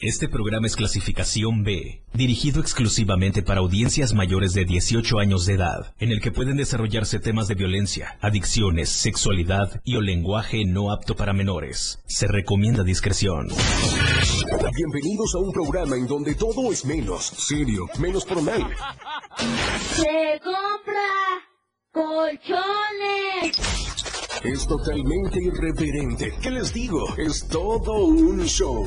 Este programa es clasificación B, dirigido exclusivamente para audiencias mayores de 18 años de edad, en el que pueden desarrollarse temas de violencia, adicciones, sexualidad y o lenguaje no apto para menores. Se recomienda discreción. Bienvenidos a un programa en donde todo es menos serio, menos formal. Se compra colchones. Es totalmente irreverente. ¿Qué les digo? Es todo un show.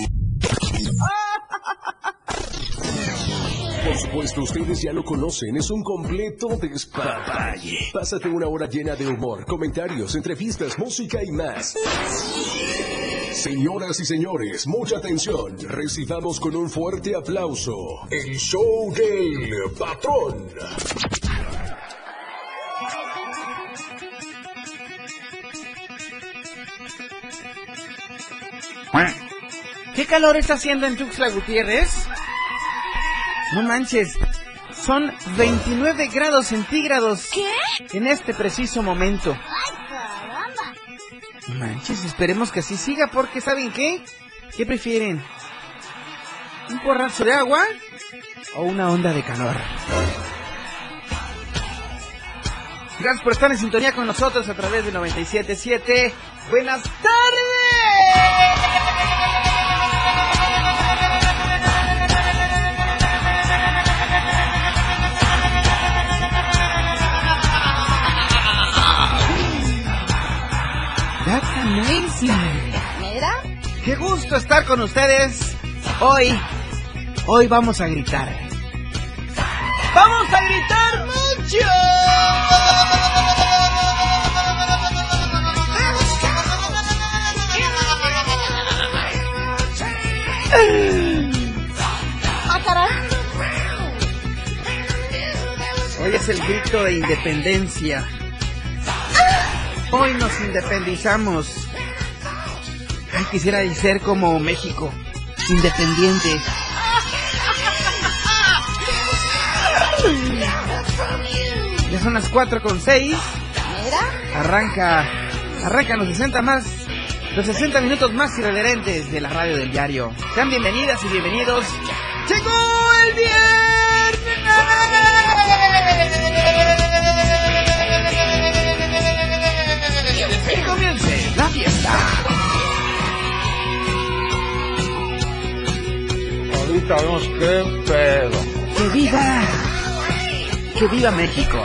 Por supuesto, ustedes ya lo conocen, es un completo despapalle. Pásate una hora llena de humor, comentarios, entrevistas, música y más. Señoras y señores, mucha atención. Recibamos con un fuerte aplauso el show del patrón. ¿Qué calor está haciendo en Tuxtla Gutiérrez? No manches, son 29 grados centígrados. ¿Qué? En este preciso momento. ¡Ay, caramba! No manches, esperemos que así siga, porque ¿saben qué? ¿Qué prefieren? ¿Un porrazo de agua o una onda de calor? Gracias por estar en sintonía con nosotros a través de 97.7. ¡Buenas tardes! That's amazing. ¿Mira? Qué gusto estar con ustedes. Hoy vamos a gritar. ¡Vamos a gritar mucho! ¡Ah, caray! Hoy es el grito de independencia. Hoy nos independizamos. Ay, quisiera ser como México, independiente. Ya son las 4:06. ¿Mira? Arrancan los 60 minutos más irreverentes de la radio del diario. Sean bienvenidas y bienvenidos. ¡Llegó el viernes! ¡Que comience la fiesta! Ahorita vemos qué pedo. ¡Que viva! ¡Que viva México!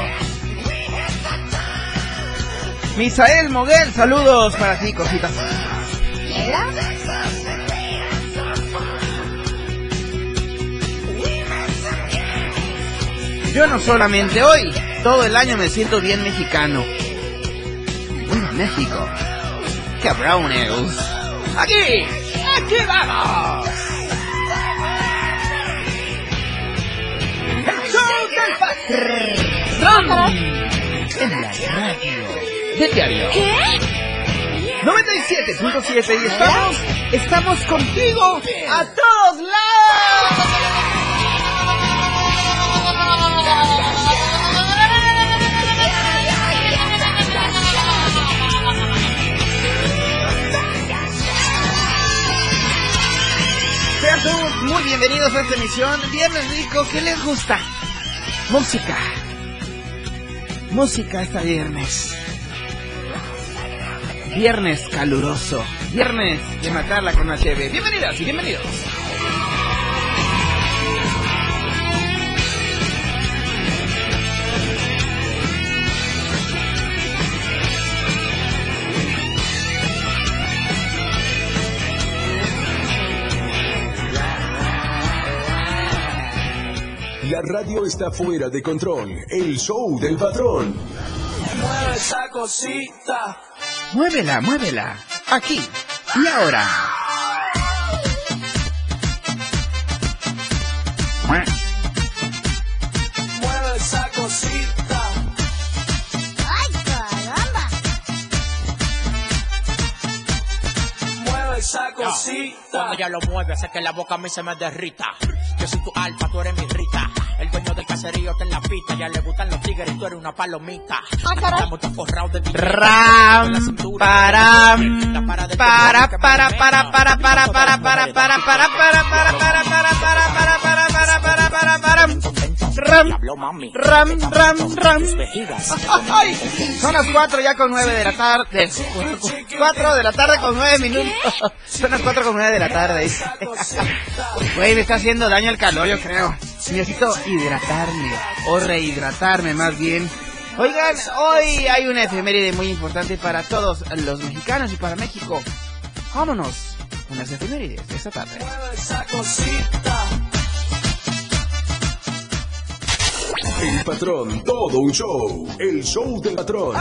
Misael Moguel, saludos para ti, cositas. ¿Mira? Yo no solamente hoy, todo el año me siento bien mexicano. ¡Viva México! ¡Cabrones! ¡Aquí vamos! ¡El show del patrón! En la radio del diario. ¿Qué? 97.7 y estamos contigo a todos lados. Sean todos muy bienvenidos a esta emisión. Viernes rico, ¿qué les gusta? Música esta viernes. Viernes caluroso. Viernes de matarla con HB. Bienvenidas y bienvenidos. La radio está fuera de control. El show del patrón. Mueve esa cosita. Muévela. Aquí y ahora. Mueve esa cosita. ¡Ay, caramba! Mueve esa cosita. ella lo mueve, hace que la boca a mí se me derrita. Yo soy tu alfa, tú eres mi Rita. El dueño del caserío está en la pista. Ya le gustan los tigres y tú eres una palomita. Estamos todos forrados de dinero. Ram, param, para. Ram. Ay, son las 4 ya con 9 de la tarde. 4 de la tarde con 9 minutos. Son las 4 con 9 de la tarde. Güey, me está haciendo daño el calor, yo creo. Necesito hidratarme, o rehidratarme más bien. Oigan, hoy hay una efeméride muy importante para todos los mexicanos y para México. Vámonos con las efemérides de esta tarde. El patrón, todo un show. El show del patrón.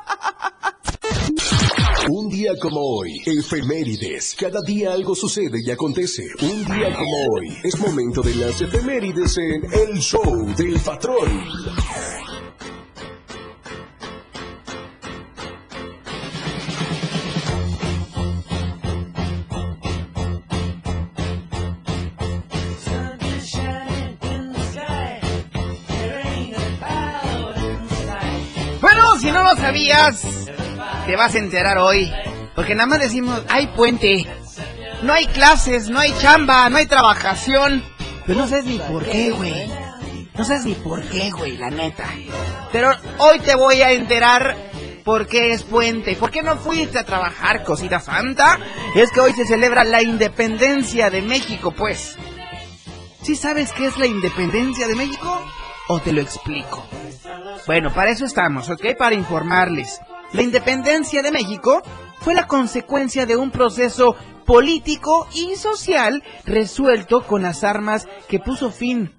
Un día como hoy, efemérides. Cada día algo sucede y acontece. Un día como hoy, es momento de las efemérides en El Show del Patrón. Bueno, si no lo sabías, te vas a enterar hoy, porque nada más decimos, hay puente, no hay clases, no hay chamba, no hay trabajación, pero no sabes ni por qué, güey. No sabes ni por qué, güey, la neta. Pero hoy te voy a enterar por qué es puente. ¿Por qué no fuiste a trabajar, cosita santa? Es que hoy se celebra la independencia de México, pues. ¿Sí sabes qué es la independencia de México? ¿O te lo explico? Bueno, para eso estamos, ¿ok? Para informarles. La independencia de México fue la consecuencia de un proceso político y social resuelto con las armas que puso fin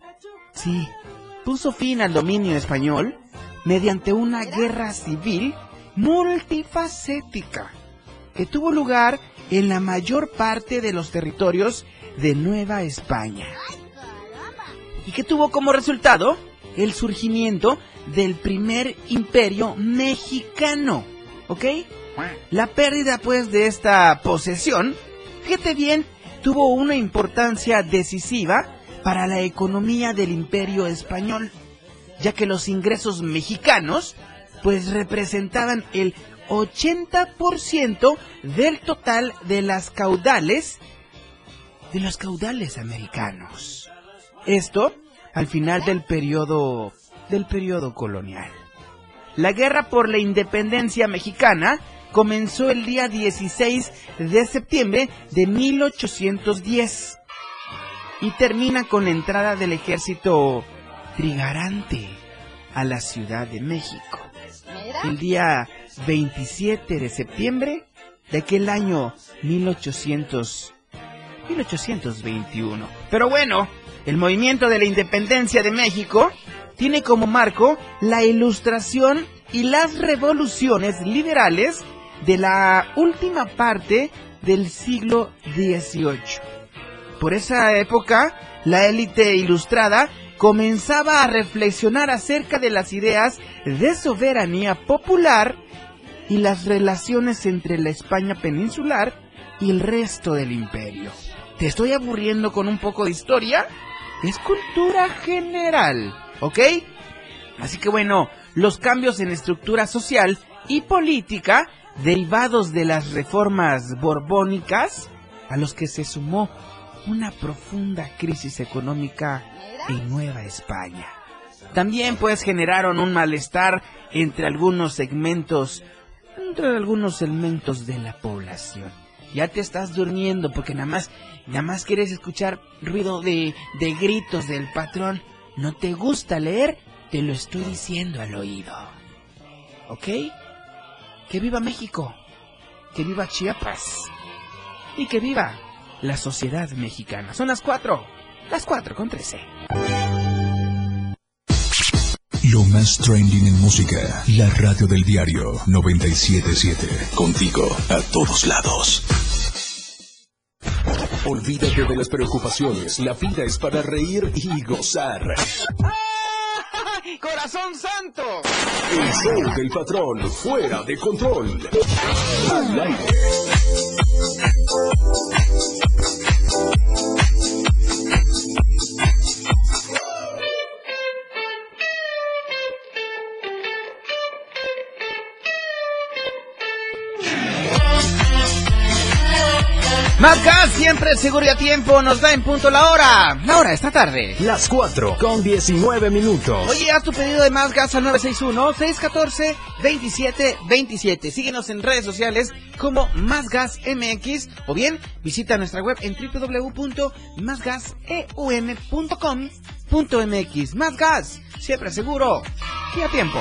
al dominio español mediante una guerra civil multifacética que tuvo lugar en la mayor parte de los territorios de Nueva España y que tuvo como resultado el surgimiento del primer imperio mexicano, ¿ok? La pérdida, pues, de esta posesión, fíjate bien, tuvo una importancia decisiva para la economía del imperio español, ya que los ingresos mexicanos, pues, representaban el 80% del total de los caudales americanos. Esto al final del periodo colonial. La guerra por la independencia mexicana comenzó el día 16 de septiembre de 1810 y termina con la entrada del ejército trigarante a la Ciudad de México el día 27 de septiembre de aquel año 1821. Pero bueno, el movimiento de la independencia de México tiene como marco la Ilustración y las revoluciones liberales de la última parte del siglo XVIII. Por esa época, la élite ilustrada comenzaba a reflexionar acerca de las ideas de soberanía popular y las relaciones entre la España peninsular y el resto del imperio. ¿Te estoy aburriendo con un poco de historia? Es cultura general, ¿ok? Así que bueno, los cambios en estructura social y política derivados de las reformas borbónicas, a los que se sumó una profunda crisis económica en Nueva España. También pues generaron un malestar entre algunos segmentos de la población. Ya te estás durmiendo porque nada más quieres escuchar ruido de gritos del patrón. ¿No te gusta leer? Te lo estoy diciendo al oído. ¿Ok? ¡Que viva México! ¡Que viva Chiapas! ¡Y que viva la sociedad mexicana! Son las 4:13. Lo más trending en música. La radio del diario 97.7. Contigo a todos lados. Olvídate de las preocupaciones. La vida es para reír y gozar. ¡Corazón santo! El show del patrón, fuera de control. Al aire. Más gas, siempre seguro y a tiempo, nos da en punto la hora. La hora esta tarde. Las 4:19. Oye, haz tu pedido de Más Gas al 961-614-2727. Síguenos en redes sociales como Más Gas MX o bien visita nuestra web en www.másgaseum.com.mx. Más Gas, siempre seguro y a tiempo.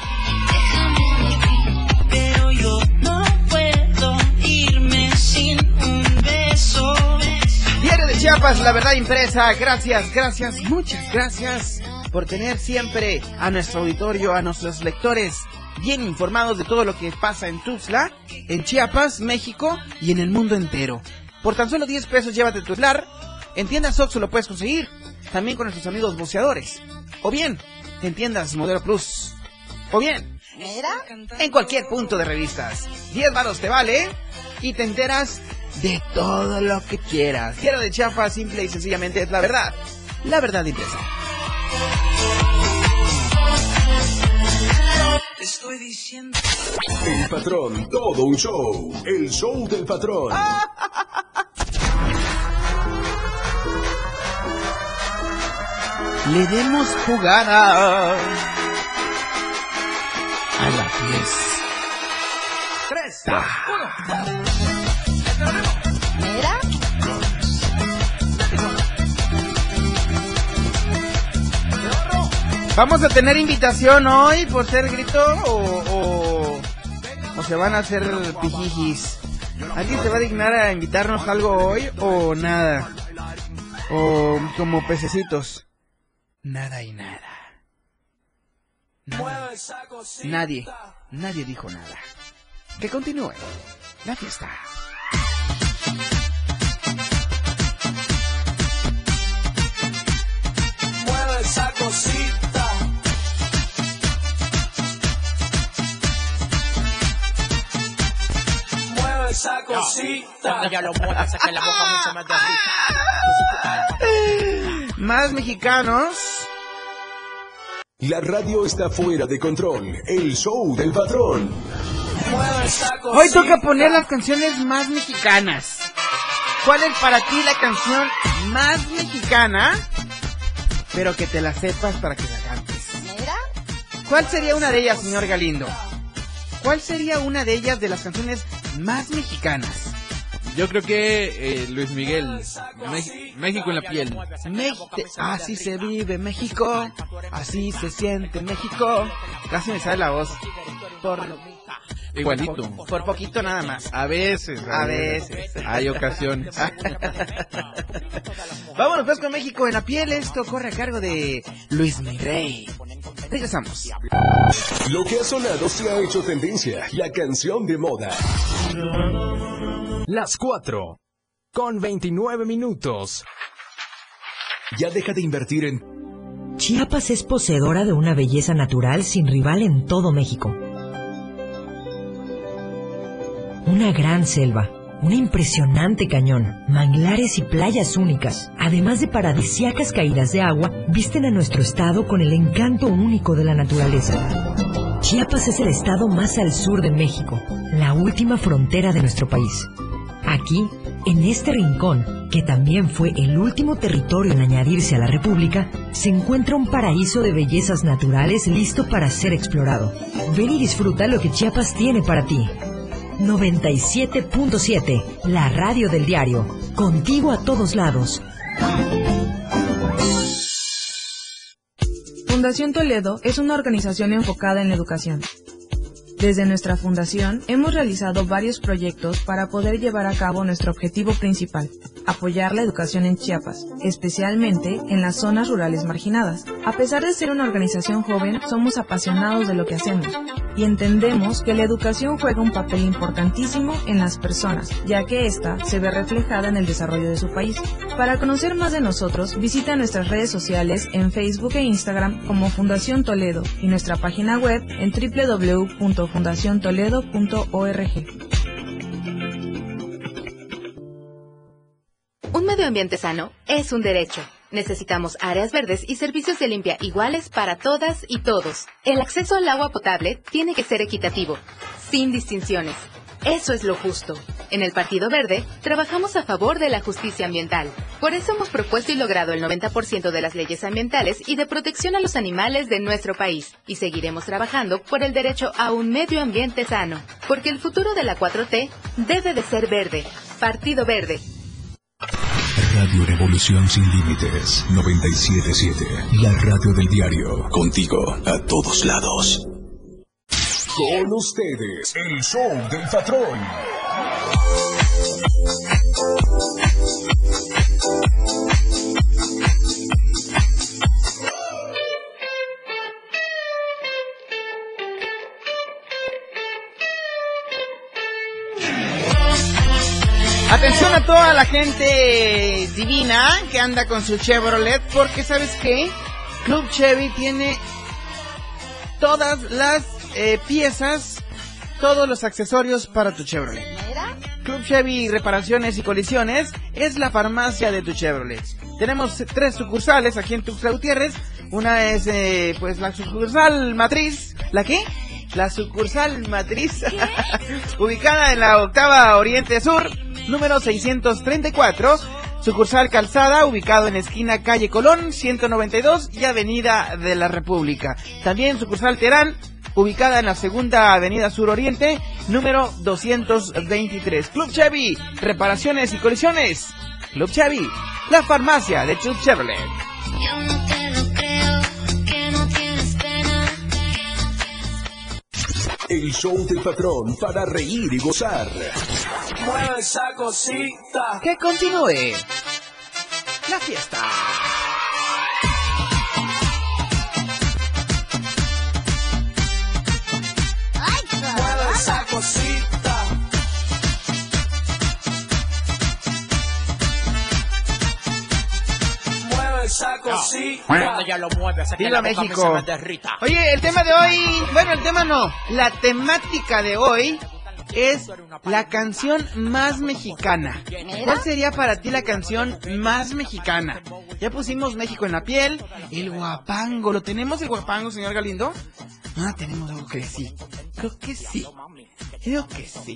Pero yo no puedo irme sin un beso. Diario de Chiapas, La Verdad Impresa. Gracias, muchas gracias por tener siempre a nuestro auditorio, a nuestros lectores bien informados de todo lo que pasa en Tuxtla, en Chiapas, México y en el mundo entero. Por tan solo 10 pesos llévate tu celular. En tiendas Oxxo lo puedes conseguir, también con nuestros amigos boceadores. O bien, en tiendas Modelo Plus. O bien, en cualquier punto de revistas. 10 varos te vale y te enteras de todo lo que quieras. Diario de Chiapas, simple y sencillamente es la verdad. La verdad impresa. Te estoy diciendo. El Patrón, todo un show. El show del Patrón. Le demos jugada a la 10. 3, 2, 1. Mira. ¿Vamos a tener invitación hoy por ser grito o se van a hacer pijijis? ¿Alguien se va a dignar a invitarnos algo hoy o nada? O como pececitos. Nada y nada. Nadie dijo nada. Que continúe la fiesta. Mueve esa cosita. Mueve esa cosita. Cuando ya lo mueve, sé que la boca a mí se me derrita. Más mexicanos. La radio está fuera de control. El show del Patrón. Mueve esa cosita. Hoy toca poner las canciones más mexicanas. ¿Cuál es para ti la canción más mexicana? Pero que te la sepas para que la cantes. Mira. ¿Cuál sería una de ellas, señor Galindo? ¿Cuál sería una de ellas de las canciones más mexicanas? Yo creo que Luis Miguel, México en la piel. Así se vive México, así se siente México. Casi me sale la voz. Igualito. Por poquito nada más. A veces. Hay ocasiones. Vámonos pues con México en la piel. Esto corre a cargo de Luis Miguel. Regresamos. Lo que ha sonado se ha hecho tendencia. La canción de moda. Las 4:29. Ya deja de invertir en... Chiapas es poseedora de una belleza natural sin rival en todo México. Una gran selva, un impresionante cañón, manglares y playas únicas, además de paradisíacas caídas de agua, visten a nuestro estado con el encanto único de la naturaleza. Chiapas es el estado más al sur de México, la última frontera de nuestro país. Aquí, en este rincón, que también fue el último territorio en añadirse a la República, se encuentra un paraíso de bellezas naturales listo para ser explorado. Ven y disfruta lo que Chiapas tiene para ti. 97.7, la radio del diario, contigo a todos lados. Fundación Toledo es una organización enfocada en la educación. Desde nuestra fundación hemos realizado varios proyectos para poder llevar a cabo nuestro objetivo principal, apoyar la educación en Chiapas, especialmente en las zonas rurales marginadas. A pesar de ser una organización joven, somos apasionados de lo que hacemos y entendemos que la educación juega un papel importantísimo en las personas, ya que ésta se ve reflejada en el desarrollo de su país. Para conocer más de nosotros, visita nuestras redes sociales en Facebook e Instagram como Fundación Toledo y nuestra página web en www.fundaciontoledo.org. Un medio ambiente sano es un derecho. Necesitamos áreas verdes y servicios de limpia iguales para todas y todos. El acceso al agua potable tiene que ser equitativo, sin distinciones. Eso es lo justo. En el Partido Verde, trabajamos a favor de la justicia ambiental. Por eso hemos propuesto y logrado el 90% de las leyes ambientales y de protección a los animales de nuestro país. Y seguiremos trabajando por el derecho a un medio ambiente sano. Porque el futuro de la 4T debe de ser verde. Partido Verde. Radio Revolución Sin Límites 97.7. La radio del diario. Contigo a todos lados. Con ustedes, el show del patrón. Atención a toda la gente divina que anda con su Chevrolet, porque ¿sabes qué? Club Chevy tiene todas las piezas, todos los accesorios para tu Chevrolet. Club Chevy Reparaciones y Colisiones es la farmacia de tu Chevrolet. Tenemos 3 sucursales aquí en Tuxtla Gutiérrez. Una es pues la sucursal matriz. ¿La qué? La sucursal matriz ubicada en la octava Oriente Sur, número 634. Sucursal Calzada, ubicado en esquina Calle Colón, 192 y Avenida de la República. También sucursal Terán, ubicada en la segunda Avenida Sur Oriente, número 223. Club Chevy, reparaciones y colisiones. Club Chevy, la farmacia de Club Chevrolet. Yo no te lo creo, que no tienes pena. El show del patrón para reír y gozar. Mueve esa cosita. Que continúe la fiesta. Mueve esa cosita. Mueve esa cosita. Cuando ella lo mueve, hace que Viva la boca México. me se me derrita. Oye, el tema de hoy, bueno, el tema no, la temática de hoy es la canción más mexicana. ¿Cuál sería para ti la canción más mexicana? Ya pusimos México en la piel, el guapango. ¿Lo tenemos el guapango, señor Galindo? Ah, tenemos algo que sí. Creo que sí. Creo que sí.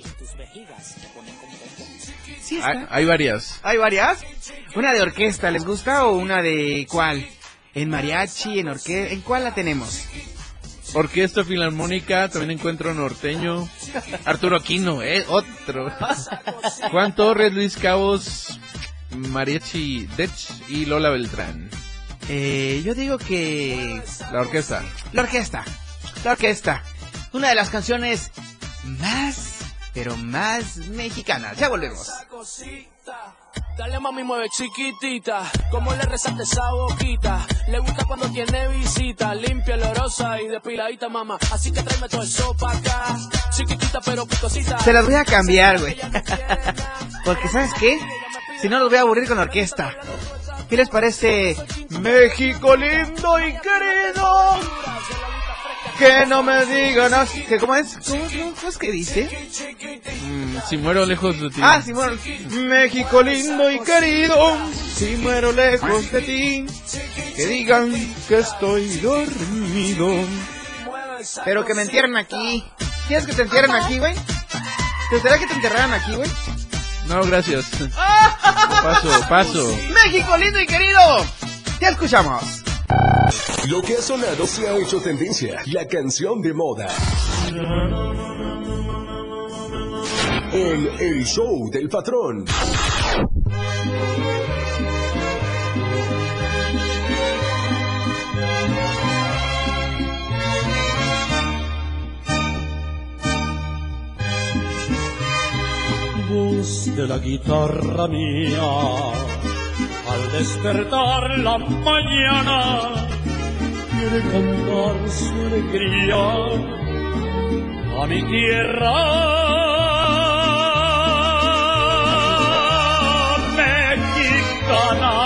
Sí está. Hay varias. ¿Hay varias? ¿Una de orquesta les gusta o una de cuál? ¿En mariachi, en orquesta? ¿En cuál la tenemos? Orquesta Filarmónica, también encuentro norteño. Arturo Aquino, otro. Juan Torres, Luis Cabos, Mariachi Dech y Lola Beltrán. Yo digo que... La orquesta. La orquesta. La orquesta. Una de las canciones más, pero más mexicanas. Ya volvemos. Dale mami, mueve chiquitita, como le resalte esa boquita. Le gusta cuando tiene visita, limpia, olorosa y depiladita, mamá. Así que tráeme todo eso pa' acá, chiquitita pero picosita. Se las voy a cambiar, güey. Porque ¿sabes qué? Si no los voy a aburrir con orquesta. ¿Qué les parece? México lindo y querido, que no me digan así. ¿Cómo es? ¿Cómo es que dice? Si muero lejos de ti. Ah, si muero. México lindo y querido, si muero lejos de ti, que digan que estoy dormido, pero que me entierren aquí. ¿Quieres que te entierren aquí, güey? ¿Te gustaría que te enterraran aquí, güey? No, gracias. Paso. México lindo y querido, ya escuchamos. Lo que ha sonado se ha hecho tendencia, la canción de moda. En el show del patrón. Voz de la guitarra mía, al despertar la mañana, quiere cantar su alegría a mi tierra mexicana.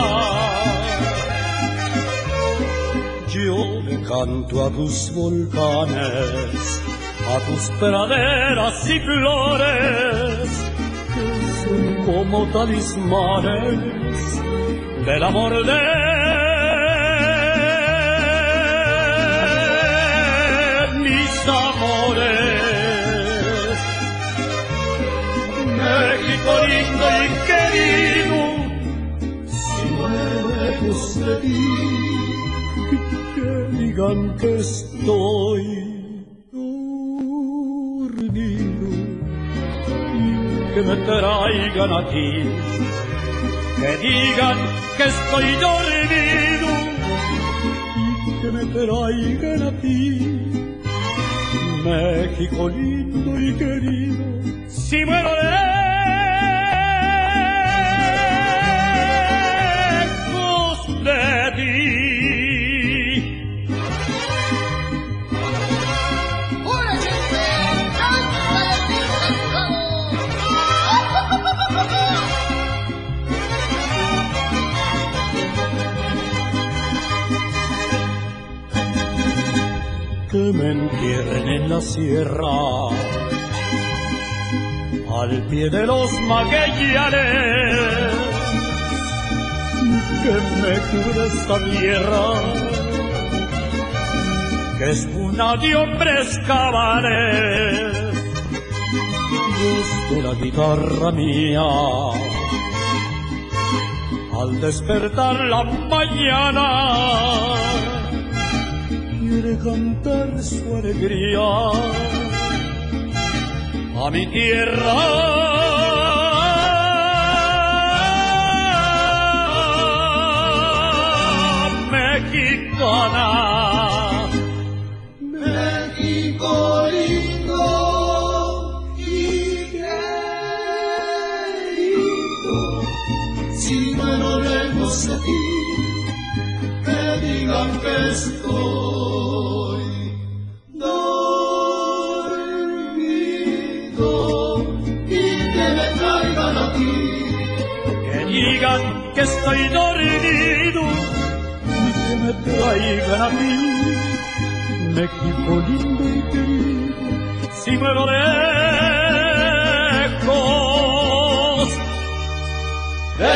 Yo le canto a tus volcanes, a tus praderas y flores, que son como talismanes del amor de mis amores. México lindo y querido, si muero lejos de ti, que digan que estoy dormido y que me traigan aquí, que digan que estoy dormido y que me traigan a ti, México lindo y querido, si muero lejos de ti. Que me entierren en la sierra, al pie de los Magallanes, que me cubra esta tierra, que es una de hombres cabales. Desde la guitarra mía, al despertar la mañana, quiere cantar su alegría a mi tierra mexicana. México lindo y querido, si muero lejos de ti, que digan que estoy dormido y que me traigan aquí, que digan que estoy dormido y que me traigan a ti, México lindo y querido, si muero lejos de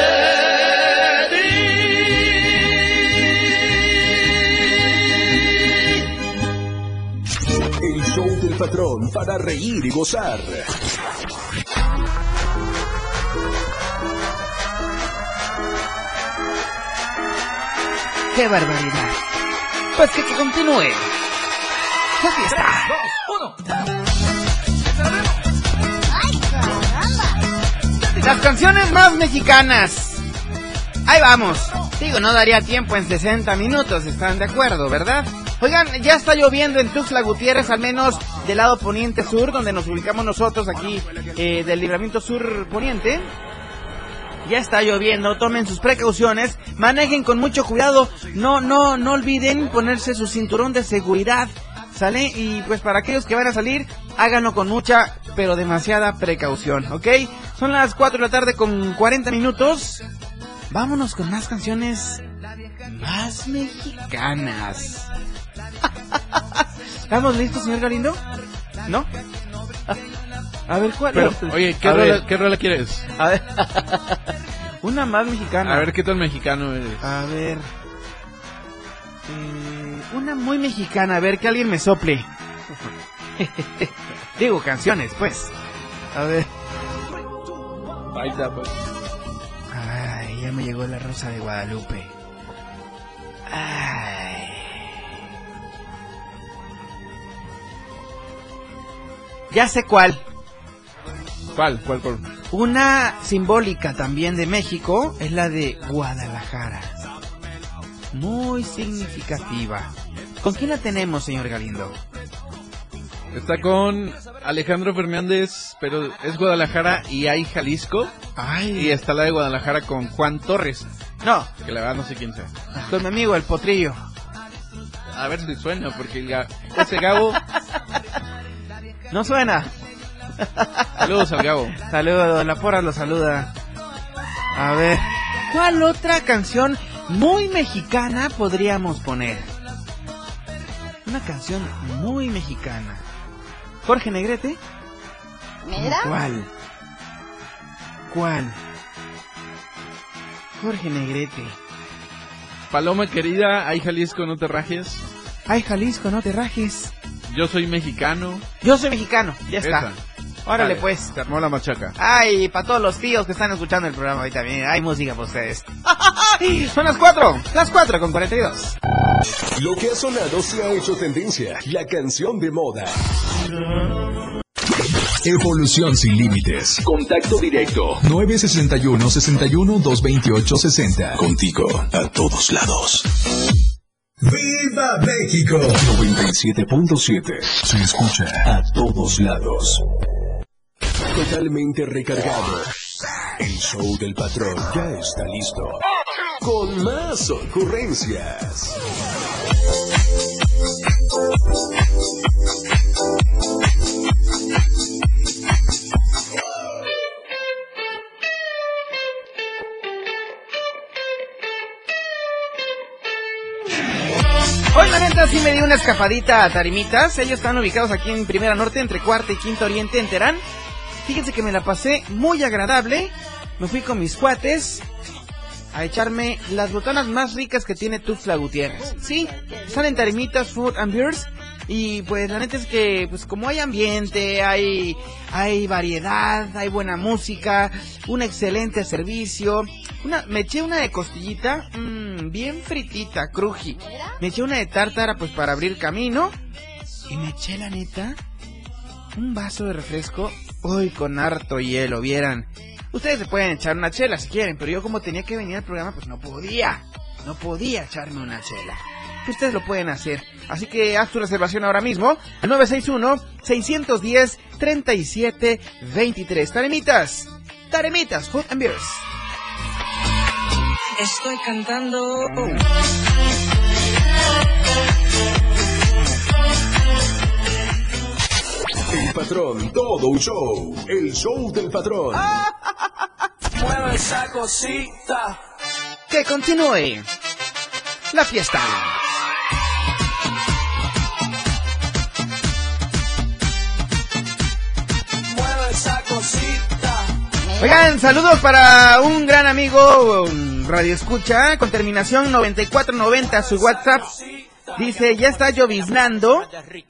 El show del patrón para reír y gozar. ¡Qué barbaridad! Pues que continúe la fiesta. 2, 1. Las canciones más mexicanas. Ahí vamos. Digo, no daría tiempo en 60 minutos, ¿están de acuerdo, verdad? Oigan, ya está lloviendo en Tuxtla Gutiérrez, al menos del lado poniente sur, donde nos ubicamos nosotros aquí, del libramiento sur poniente. Ya está lloviendo, tomen sus precauciones, manejen con mucho cuidado, no olviden ponerse su cinturón de seguridad, ¿sale? Y pues para aquellos que van a salir, háganlo con mucha, pero demasiada precaución, ¿ok? Son las 4 de la tarde con 40 minutos. Vámonos con más canciones más mexicanas. ¿Estamos listos, señor Galindo? ¿No? A ver, ¿cuál? Pero, oye, ¿qué rola quieres? A ver. Una más mexicana. A ver, ¿qué tal mexicano eres? A ver. Una muy mexicana, a ver, que alguien me sople. Digo, canciones, pues. A ver. Ahí está, pues. Ay, ya me llegó la Rosa de Guadalupe. Ay. Ya sé cuál. ¿Cuál? Una simbólica también de México es la de Guadalajara. Muy significativa. ¿Con quién la tenemos, señor Galindo? Está con Alejandro Fernández, pero es Guadalajara y hay Jalisco. Ay. Y está la de Guadalajara con Juan Torres. No. Que la verdad no sé quién sea. Con mi amigo, el Potrillo. A ver si suena, porque ese Gabo... No suena. Saludos al Gabo. Saludos, la Porra lo saluda. A ver, ¿cuál otra canción muy mexicana podríamos poner? Una canción muy mexicana. Jorge Negrete. ¿Mira? cuál? Jorge Negrete. Paloma querida, ay Jalisco, no te rajes. Ay Jalisco, no te rajes. Yo soy mexicano. Yo soy mexicano, ya está. Esa. Órale, Dale, pues. Se armó la machaca. Ay, para todos los tíos que están escuchando el programa hoy también. Hay música para ustedes. Son las 4:42. Lo que ha sonado se ha hecho tendencia. La canción de moda. Evolución sin límites. Contacto directo. 961-61-228-60. Contigo a todos lados. ¡Viva México! 97.7. Se escucha a todos lados. Totalmente recargado. El show del patrón ya está listo. Con más ocurrencias. Hoy la neta sí me di una escapadita a Tarimitas. Ellos están ubicados aquí en Primera Norte, entre Cuarta y Quinta Oriente, en Terán. Fíjense que me la pasé muy agradable. Me fui con mis cuates a echarme las botanas más ricas que tiene Tuxtla Gutiérrez. Sí, están en Tarimitas Food and Beers. Y pues la neta es que pues como hay ambiente, hay variedad, hay buena música, un excelente servicio. Me eché una de costillita, bien fritita, cruji. Me eché una de tártara pues para abrir camino. Y me eché la neta un vaso de refresco, uy, con harto hielo, vieran. Ustedes se pueden echar una chela si quieren, pero yo como tenía que venir al programa pues no podía echarme una chela. Ustedes lo pueden hacer. Así que haz tu reservación ahora mismo al 961-610-3723. Taremitas Food and Beers. Estoy cantando. El patrón, todo un show. El show del patrón. Mueve esa cosita. Que continúe la fiesta. Oigan, saludos para un gran amigo Radio Escucha con terminación 9490, su WhatsApp. Dice, ya está lloviznando.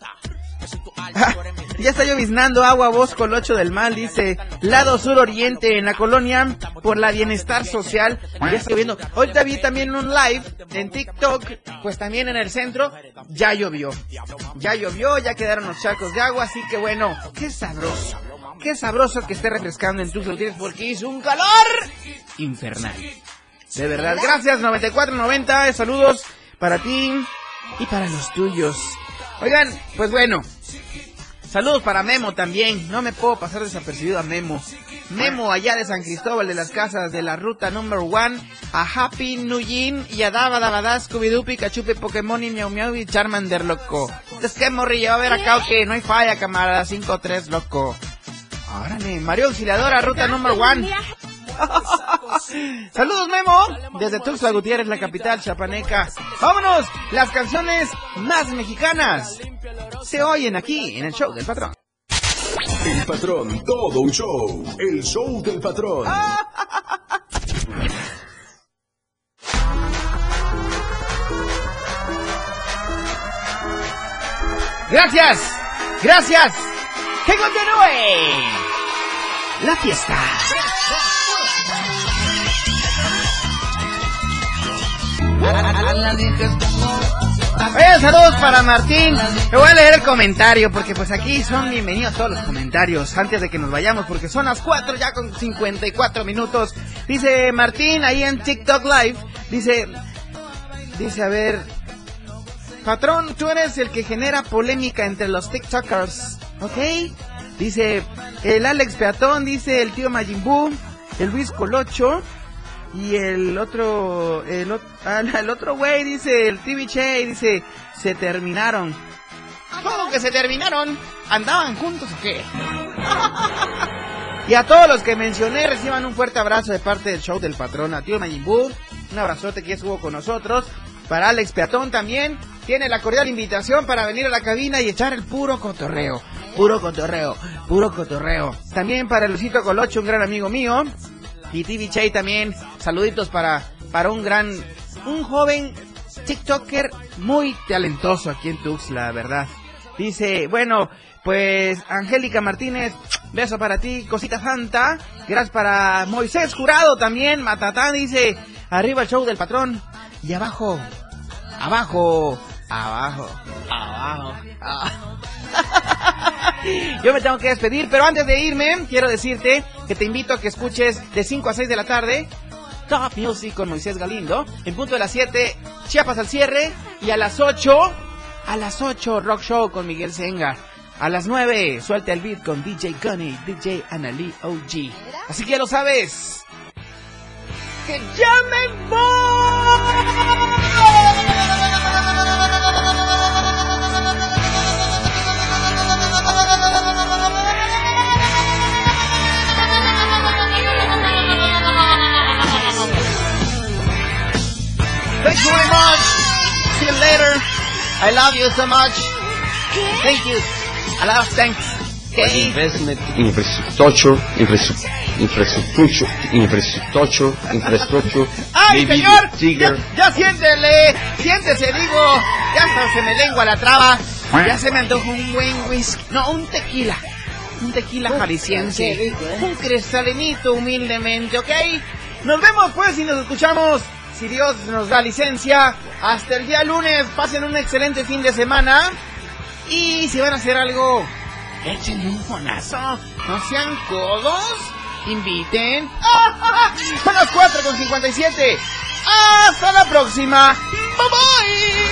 Ya está lloviznando, agua Bosco, el 8 del mal, dice, lado sur oriente en la colonia, por la bienestar social. Ya está lloviendo. Ahorita vi también un live en TikTok, pues también en el centro, ya llovió, ya quedaron los charcos de agua, así que bueno, qué sabroso que esté refrescando en Tuxtla Gutiérrez porque hizo un calor infernal. De verdad, gracias 9490, saludos para ti y para los tuyos. Oigan, pues bueno, saludos para Memo también, no me puedo pasar desapercibido a Memo. Memo allá de San Cristóbal de las Casas, de la ruta número 1, a Happy New Yin y a Daba Dabada, Scooby-Doo, Pikachu, Pokémon y Miau Miau y Charmander, loco. Es que morrillo, va a ver acá o que no hay falla, camarada, 5-3, loco. Órale, Mario Auxiliadora, ruta número 1. Saludos, Memo, desde Tuxtla Gutiérrez, la capital chapaneca. Vámonos, las canciones más mexicanas se oyen aquí en el show del patrón. El patrón, todo un show. El show del patrón. Gracias. Que continúe la fiesta. Oigan, saludos para Martín. Me voy a leer el comentario porque pues aquí son bienvenidos todos los comentarios antes de que nos vayamos porque son las 4 ya con 54 minutos. Dice Martín ahí en TikTok Live, dice a ver, patrón, tú eres el que genera polémica entre los TikTokers, ¿ok? Dice el Alex Peatón, dice el tío Majin Buu, el Luis Colocho y el otro güey, dice el TV Che, dice se terminaron. ¿Cómo que se terminaron? ¿Andaban juntos o qué? Y a todos los que mencioné reciban un fuerte abrazo de parte del show del patrón. A tío Majin Buu, un abrazote que ya estuvo con nosotros. Para Alex Peatón también tiene la cordial invitación para venir a la cabina y echar el puro cotorreo. Puro cotorreo. También para Lucito Colocho, un gran amigo mío. Y TV Chay también, saluditos para un joven TikToker muy talentoso aquí en Tuxtla, ¿verdad? Dice, bueno, pues Angélica Martínez, beso para ti, cosita santa. Gracias para Moisés Jurado también, Matatán, dice, arriba el show del patrón. Y abajo. Yo me tengo que despedir, pero antes de irme, quiero decirte que te invito a que escuches de 5 a 6 de la tarde Top Music con Moisés Galindo. En punto de las 7, Chiapas al cierre. Y a las 8, Rock Show con Miguel Senga. A las 9, suelta el beat con DJ Gunny, DJ Analí OG. Así que ya lo sabes. ¡Que ya me voy! Thank you very much. See you later. I love you so much. Thank you. A lot of thanks. Okay. Investment infrastructure. ¡Ay, señor! Ya siéntese, digo. Ya hasta se me lengua la traba. Ya se me antoja un buen whisky. No, un tequila jalisciense. Un cristalinito humildemente, ¿ok? Nos vemos pues y nos escuchamos, si Dios nos da licencia, hasta el día lunes. Pasen un excelente fin de semana. Y si van a hacer algo, echen un fonazo. No sean codos. Inviten. Son las 4:57. Hasta la próxima. Bye bye.